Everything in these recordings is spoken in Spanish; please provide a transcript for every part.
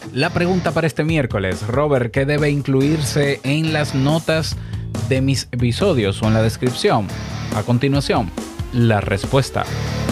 La pregunta para este miércoles, Robert, ¿qué debe incluirse en las notas de mis episodios o en la descripción? A continuación, la respuesta.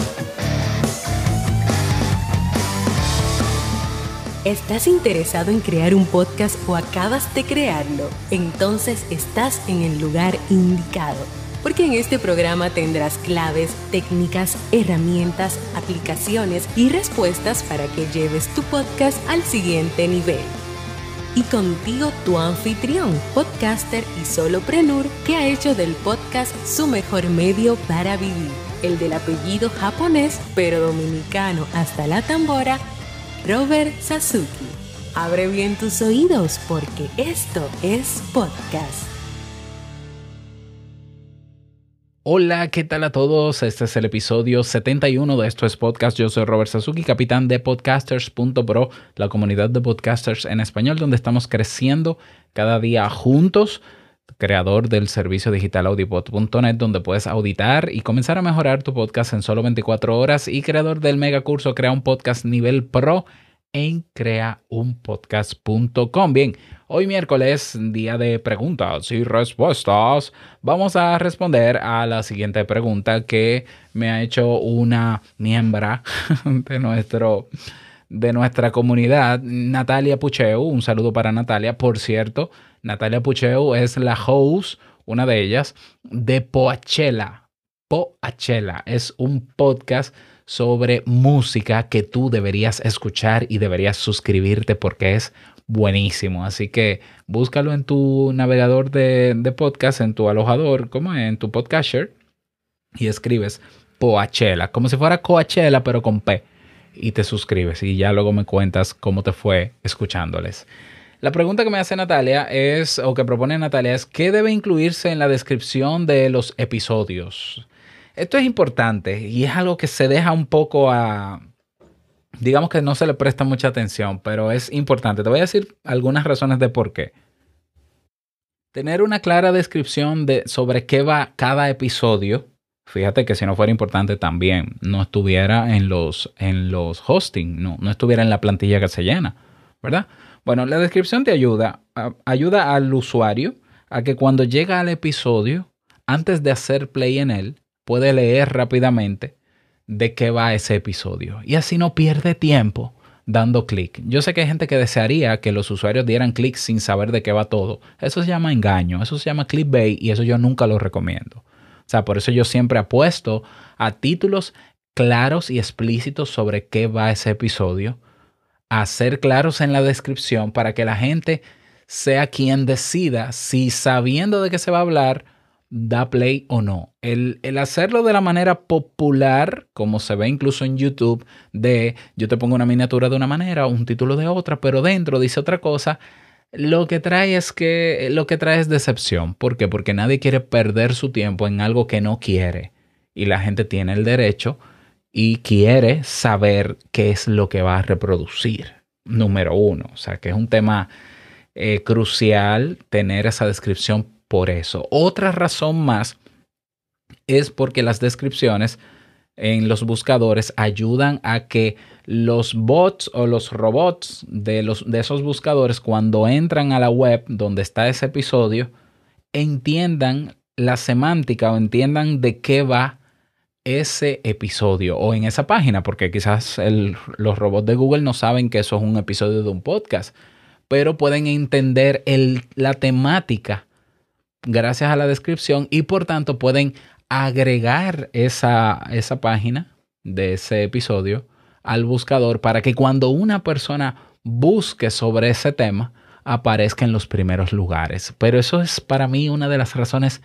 ¿Estás interesado en crear un podcast o acabas de crearlo? Entonces estás en el lugar indicado, porque en este programa tendrás claves, técnicas, herramientas, aplicaciones y respuestas para que lleves tu podcast al siguiente nivel. Y contigo tu anfitrión, podcaster y solopreneur que ha hecho del podcast su mejor medio para vivir, el del apellido japonés pero dominicano hasta la tambora, Robert Sasuki. Abre bien tus oídos porque esto es podcast. Hola, ¿qué tal a todos? Este es el episodio 71 de Esto es Podcast. Yo soy Robert Sasuki, capitán de Podcasters.pro, la comunidad de podcasters en español, donde estamos creciendo cada día juntos. Creador del servicio digital audipod.net, donde puedes auditar y comenzar a mejorar tu podcast en solo 24 horas. Y creador del mega curso Crea un Podcast Nivel Pro en creaunpodcast.com. Bien, hoy miércoles, día de preguntas y respuestas, vamos a responder a la siguiente pregunta que me ha hecho una miembro de nuestra comunidad, Natalia Pucheu. Un saludo para Natalia. Por cierto, Natalia Pucheu es la host, una de ellas, de Poachella. Poachella es un podcast sobre música que tú deberías escuchar y deberías suscribirte porque es buenísimo. Así que búscalo en tu navegador de podcast, en tu alojador, como en tu podcatcher, y escribes Poachella, como si fuera Coachella, pero con P. Y te suscribes y ya luego me cuentas cómo te fue escuchándoles. La pregunta que me hace Natalia es, o que propone Natalia es, ¿qué debe incluirse en la descripción de los episodios? Esto es importante y es algo que se deja un poco digamos que no se le presta mucha atención, pero es importante. Te voy a decir algunas razones de por qué. Tener una clara descripción sobre qué va cada episodio. Fíjate que si no fuera importante también no estuviera en los hosting, no estuviera en la plantilla que se llena, ¿verdad? Bueno, la descripción te ayuda al usuario a que cuando llega al episodio, antes de hacer play en él, puede leer rápidamente de qué va ese episodio. Y así no pierde tiempo dando clic. Yo sé que hay gente que desearía que los usuarios dieran clic sin saber de qué va todo. Eso se llama engaño, eso se llama clickbait y eso yo nunca lo recomiendo. O sea, por eso yo siempre apuesto a títulos claros y explícitos sobre qué va ese episodio, a ser claros en la descripción para que la gente sea quien decida si sabiendo de qué se va a hablar, da play o no. El hacerlo de la manera popular, como se ve incluso en YouTube, de yo te pongo una miniatura de una manera, un título de otra, pero dentro dice otra cosa, lo que trae es decepción. ¿Por qué? Porque nadie quiere perder su tiempo en algo que no quiere. Y la gente tiene el derecho y quiere saber qué es lo que va a reproducir. Número uno. O sea, que es un tema crucial tener esa descripción por eso. Otra razón más es porque las descripciones en los buscadores ayudan a que los bots o los robots de esos buscadores, cuando entran a la web donde está ese episodio, entiendan la semántica o entiendan de qué va ese episodio o en esa página, porque quizás los robots de Google no saben que eso es un episodio de un podcast, pero pueden entender la temática gracias a la descripción y por tanto pueden agregar esa página de ese episodio al buscador para que cuando una persona busque sobre ese tema aparezca en los primeros lugares. Pero eso es para mí una de las razones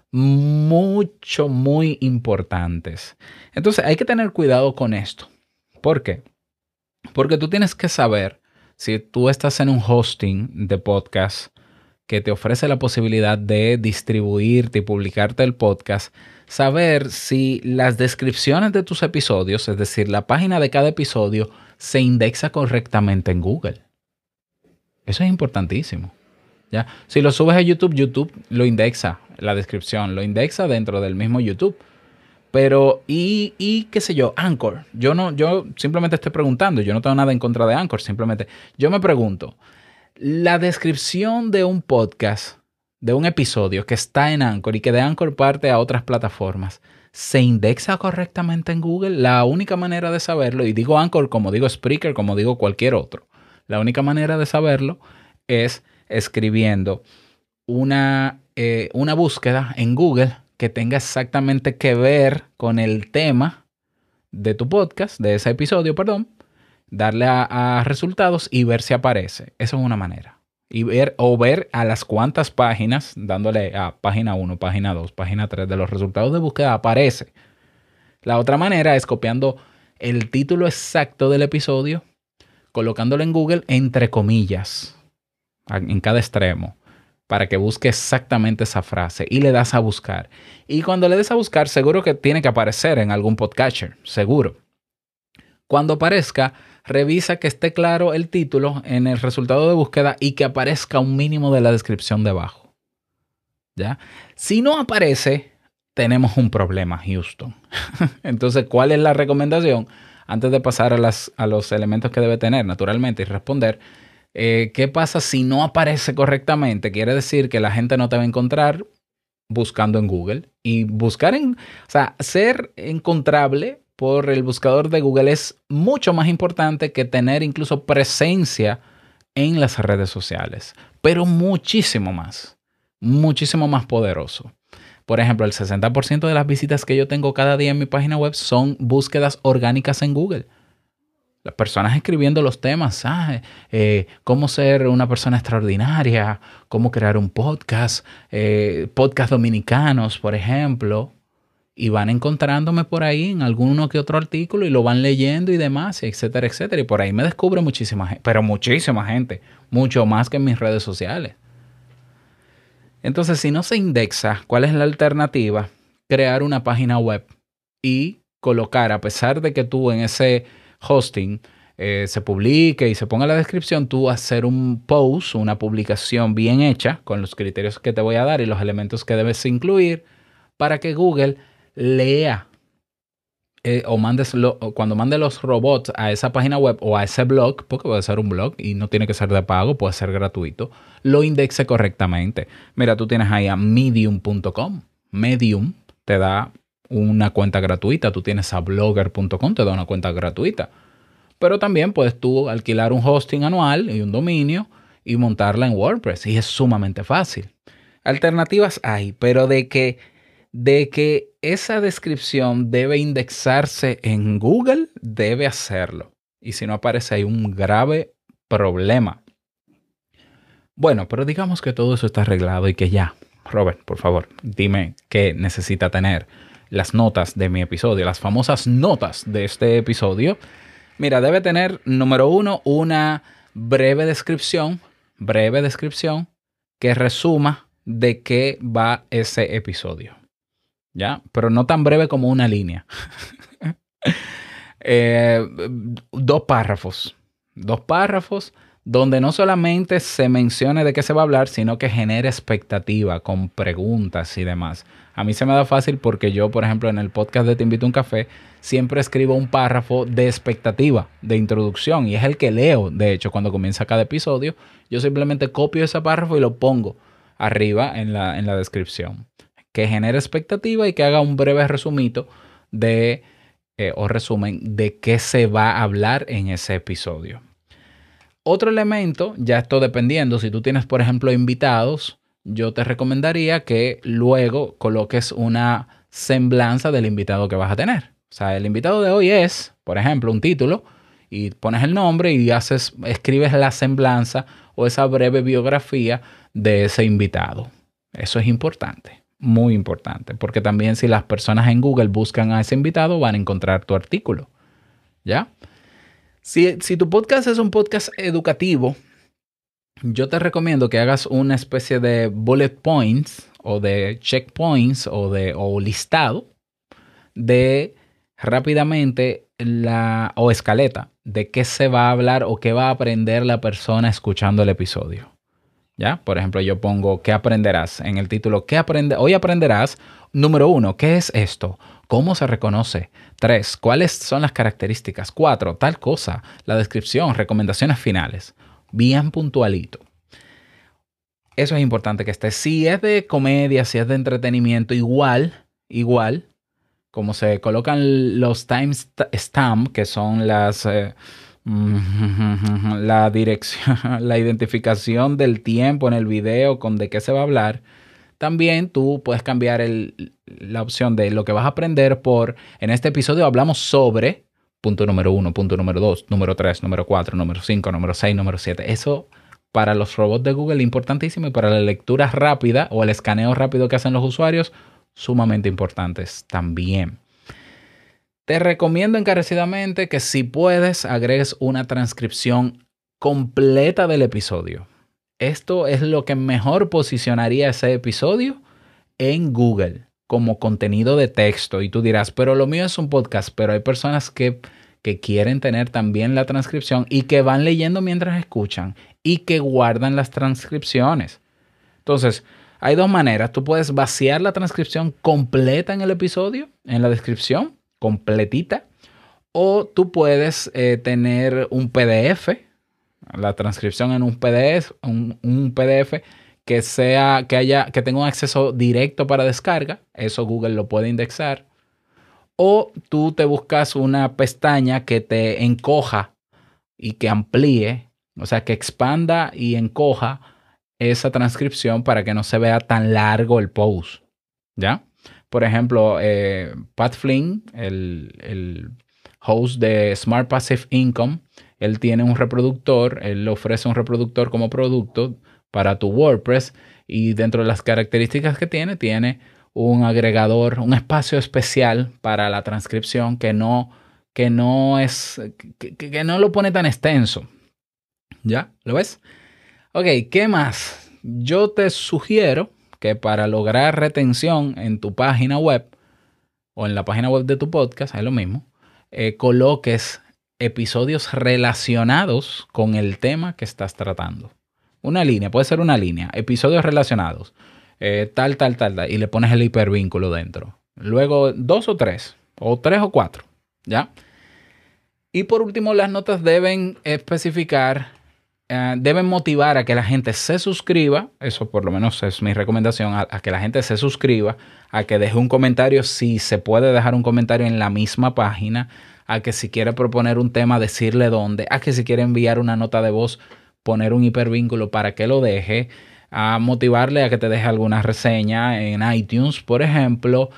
muy importantes. Entonces hay que tener cuidado con esto. ¿Por qué? Porque tú tienes que saber si tú estás en un hosting de podcast que te ofrece la posibilidad de distribuirte y publicarte el podcast, saber si las descripciones de tus episodios, es decir, la página de cada episodio, se indexa correctamente en Google. Eso es importantísimo. ¿Ya? Si lo subes a YouTube, YouTube lo indexa, la descripción lo indexa dentro del mismo YouTube. Pero, y qué sé yo, Anchor. Yo simplemente estoy preguntando, yo no tengo nada en contra de Anchor, simplemente yo me pregunto, la descripción de un podcast, de un episodio que está en Anchor y que de Anchor parte a otras plataformas, ¿se indexa correctamente en Google? La única manera de saberlo, y digo Anchor como digo Spreaker, como digo cualquier otro, la única manera de saberlo es escribiendo una búsqueda en Google que tenga exactamente que ver con el tema de tu podcast, de ese episodio, perdón, darle a resultados y ver si aparece. Eso es una manera. Y ver a las cuantas páginas, dándole a página 1, página 2, página 3 de los resultados de búsqueda aparece. La otra manera es copiando el título exacto del episodio, colocándolo en Google entre comillas, en cada extremo, para que busque exactamente esa frase y le das a buscar. Y cuando le des a buscar, seguro que tiene que aparecer en algún podcatcher, seguro. Cuando aparezca, revisa que esté claro el título en el resultado de búsqueda y que aparezca un mínimo de la descripción debajo. ¿Ya? Si no aparece, tenemos un problema, Houston. Entonces, ¿cuál es la recomendación? Antes de pasar a los elementos que debe tener, naturalmente, y responder, ¿qué pasa si no aparece correctamente? Quiere decir que la gente no te va a encontrar buscando en Google. Y buscar o sea, ser encontrable por el buscador de Google es mucho más importante que tener incluso presencia en las redes sociales, pero muchísimo más poderoso. Por ejemplo, el 60% de las visitas que yo tengo cada día en mi página web son búsquedas orgánicas en Google. Las personas escribiendo los temas, cómo ser una persona extraordinaria, cómo crear un podcast, podcast dominicanos, por ejemplo, y van encontrándome por ahí en alguno que otro artículo y lo van leyendo y demás, etcétera, etcétera. Y por ahí me descubre muchísima gente, pero muchísima gente, mucho más que en mis redes sociales. Entonces, si no se indexa, ¿cuál es la alternativa? Crear una página web y colocar, a pesar de que tú en ese hosting se publique y se ponga la descripción, tú hacer un post, una publicación bien hecha con los criterios que te voy a dar y los elementos que debes incluir para que Google lea cuando mande los robots a esa página web o a ese blog, porque puede ser un blog y no tiene que ser de pago, puede ser gratuito, lo indexe correctamente. Mira, tú tienes ahí a medium.com. Medium te da una cuenta gratuita. Tú tienes a blogger.com, te da una cuenta gratuita. Pero también puedes tú alquilar un hosting anual y un dominio y montarla en WordPress. Y es sumamente fácil. Alternativas hay, pero de que esa descripción debe indexarse en Google, debe hacerlo. Y si no aparece, hay un grave problema. Bueno, pero digamos que todo eso está arreglado y que ya. Robert, por favor, dime qué necesita tener las notas de mi episodio, las famosas notas de este episodio. Mira, debe tener, número 1, una breve descripción que resuma de qué va ese episodio. ¿Ya? Pero no tan breve como una línea. 2 párrafos. 2 párrafos donde no solamente se mencione de qué se va a hablar, sino que genere expectativa con preguntas y demás. A mí se me da fácil porque yo, por ejemplo, en el podcast de Te Invito a un Café, siempre escribo un párrafo de expectativa, de introducción, y es el que leo. De hecho, cuando comienza cada episodio, yo simplemente copio ese párrafo y lo pongo arriba en la descripción. Que genere expectativa y que haga un breve resumito o resumen de qué se va a hablar en ese episodio. Otro elemento, ya esto dependiendo, si tú tienes, por ejemplo, invitados, yo te recomendaría que luego coloques una semblanza del invitado que vas a tener. O sea, el invitado de hoy es, por ejemplo, un título y pones el nombre y escribes la semblanza o esa breve biografía de ese invitado. Eso es importante. Muy importante, porque también si las personas en Google buscan a ese invitado, van a encontrar tu artículo. ¿Ya? Si tu podcast es un podcast educativo, yo te recomiendo que hagas una especie de bullet points o de checkpoints o listado de rápidamente o escaleta de qué se va a hablar o qué va a aprender la persona escuchando el episodio. ¿Ya? Por ejemplo, yo pongo ¿qué aprenderás? En el título, hoy aprenderás, número 1, ¿qué es esto? ¿Cómo se reconoce? 3. ¿Cuáles son las características? 4. Tal cosa. La descripción, recomendaciones finales. Bien puntualito. Eso es importante que esté. Si es de comedia, si es de entretenimiento, igual, como se colocan los timestamp, que son la dirección, la identificación del tiempo en el video con de qué se va a hablar. También tú puedes cambiar la opción de lo que vas a aprender por, en este episodio hablamos sobre punto número 1, punto número 2, número 3, número 4, número 5, número 6, número 7. Eso para los robots de Google es importantísimo y para la lectura rápida o el escaneo rápido que hacen los usuarios, sumamente importantes también. Te recomiendo encarecidamente que si puedes agregues una transcripción completa del episodio. Esto es lo que mejor posicionaría ese episodio en Google como contenido de texto. Y tú dirás, pero lo mío es un podcast, pero hay personas que quieren tener también la transcripción y que van leyendo mientras escuchan y que guardan las transcripciones. Entonces, hay dos maneras. Tú puedes vaciar la transcripción completa en el episodio, en la descripción, completita, o tú puedes tener un PDF, la transcripción en un PDF, un PDF que tenga un acceso directo para descarga. Eso Google lo puede indexar. O tú te buscas una pestaña que te encoja y que amplíe, o sea, que expanda y encoja esa transcripción para que no se vea tan largo el post, ¿ya? Por ejemplo, Pat Flynn, el host de Smart Passive Income, él tiene un reproductor, él ofrece un reproductor como producto para tu WordPress y dentro de las características que tiene un agregador, un espacio especial para la transcripción que no lo pone tan extenso. ¿Ya? ¿Lo ves? Ok, ¿qué más? Yo te sugiero que para lograr retención en tu página web o en la página web de tu podcast, es lo mismo, coloques episodios relacionados con el tema que estás tratando. Una línea, puede ser una línea, episodios relacionados, tal, y le pones el hipervínculo dentro. Luego 2 o 3, o 3 o 4, ¿ya? Y por último, las notas deben especificar, deben motivar a que la gente se suscriba, eso por lo menos es mi recomendación, a que la gente se suscriba, a que deje un comentario si se puede dejar un comentario en la misma página, a que si quiere proponer un tema, decirle dónde, a que si quiere enviar una nota de voz, poner un hipervínculo para que lo deje, a motivarle a que te deje alguna reseña en iTunes, por ejemplo,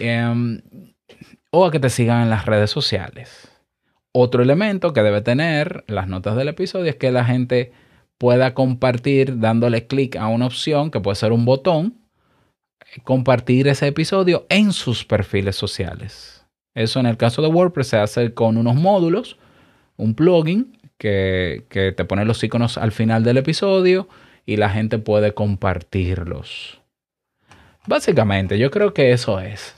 o a que te sigan en las redes sociales. Otro elemento que debe tener las notas del episodio es que la gente pueda compartir dándole clic a una opción que puede ser un botón, compartir ese episodio en sus perfiles sociales. Eso en el caso de WordPress se hace con unos módulos, un plugin que te pone los iconos al final del episodio y la gente puede compartirlos. Básicamente, yo creo que eso es.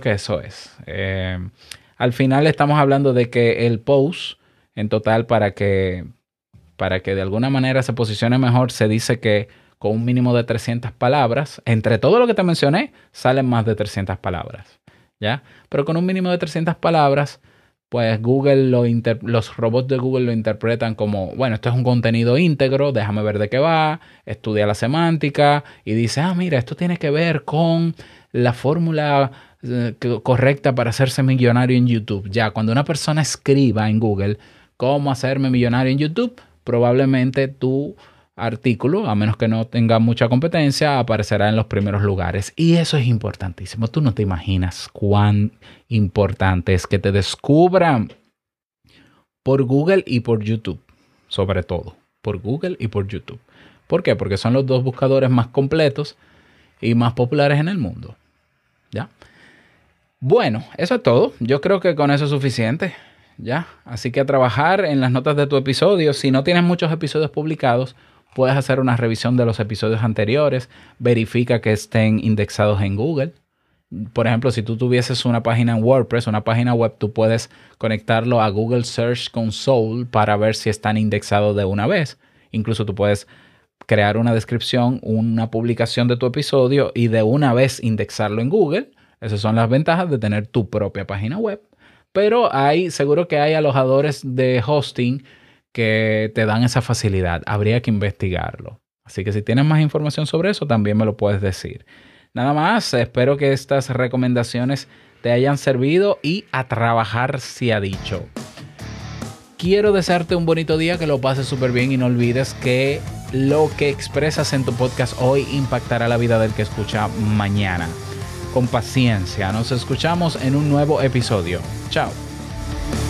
Al final estamos hablando de que el post en total para que de alguna manera se posicione mejor, se dice que con un mínimo de 300 palabras, entre todo lo que te mencioné, salen más de 300 palabras, ¿ya? Pero con un mínimo de 300 palabras, pues los robots de Google lo interpretan como, bueno, esto es un contenido íntegro, déjame ver de qué va, estudia la semántica y dice, mira, esto tiene que ver con la fórmula correcta para hacerse millonario en YouTube. Ya, cuando una persona escriba en Google cómo hacerme millonario en YouTube, probablemente tu artículo, a menos que no tenga mucha competencia, aparecerá en los primeros lugares. Y eso es importantísimo. Tú no te imaginas cuán importante es que te descubran por Google y por YouTube. Sobre todo, por Google y por YouTube. ¿Por qué? Porque son los dos buscadores más completos y más populares en el mundo. ¿Ya? Bueno, eso es todo. Yo creo que con eso es suficiente. ¿Ya? Así que a trabajar en las notas de tu episodio. Si no tienes muchos episodios publicados, puedes hacer una revisión de los episodios anteriores. Verifica que estén indexados en Google. Por ejemplo, si tú tuvieses una página en WordPress, una página web, tú puedes conectarlo a Google Search Console para ver si están indexados de una vez. Incluso tú puedes crear una descripción, una publicación de tu episodio y de una vez indexarlo en Google. Esas son las ventajas de tener tu propia página web. Pero seguro que hay alojadores de hosting que te dan esa facilidad. Habría que investigarlo. Así que si tienes más información sobre eso, también me lo puedes decir. Nada más, espero que estas recomendaciones te hayan servido y a trabajar se ha dicho. Quiero desearte un bonito día, que lo pases súper bien y no olvides que lo que expresas en tu podcast hoy impactará la vida del que escucha mañana. Con paciencia, nos escuchamos en un nuevo episodio. Chao.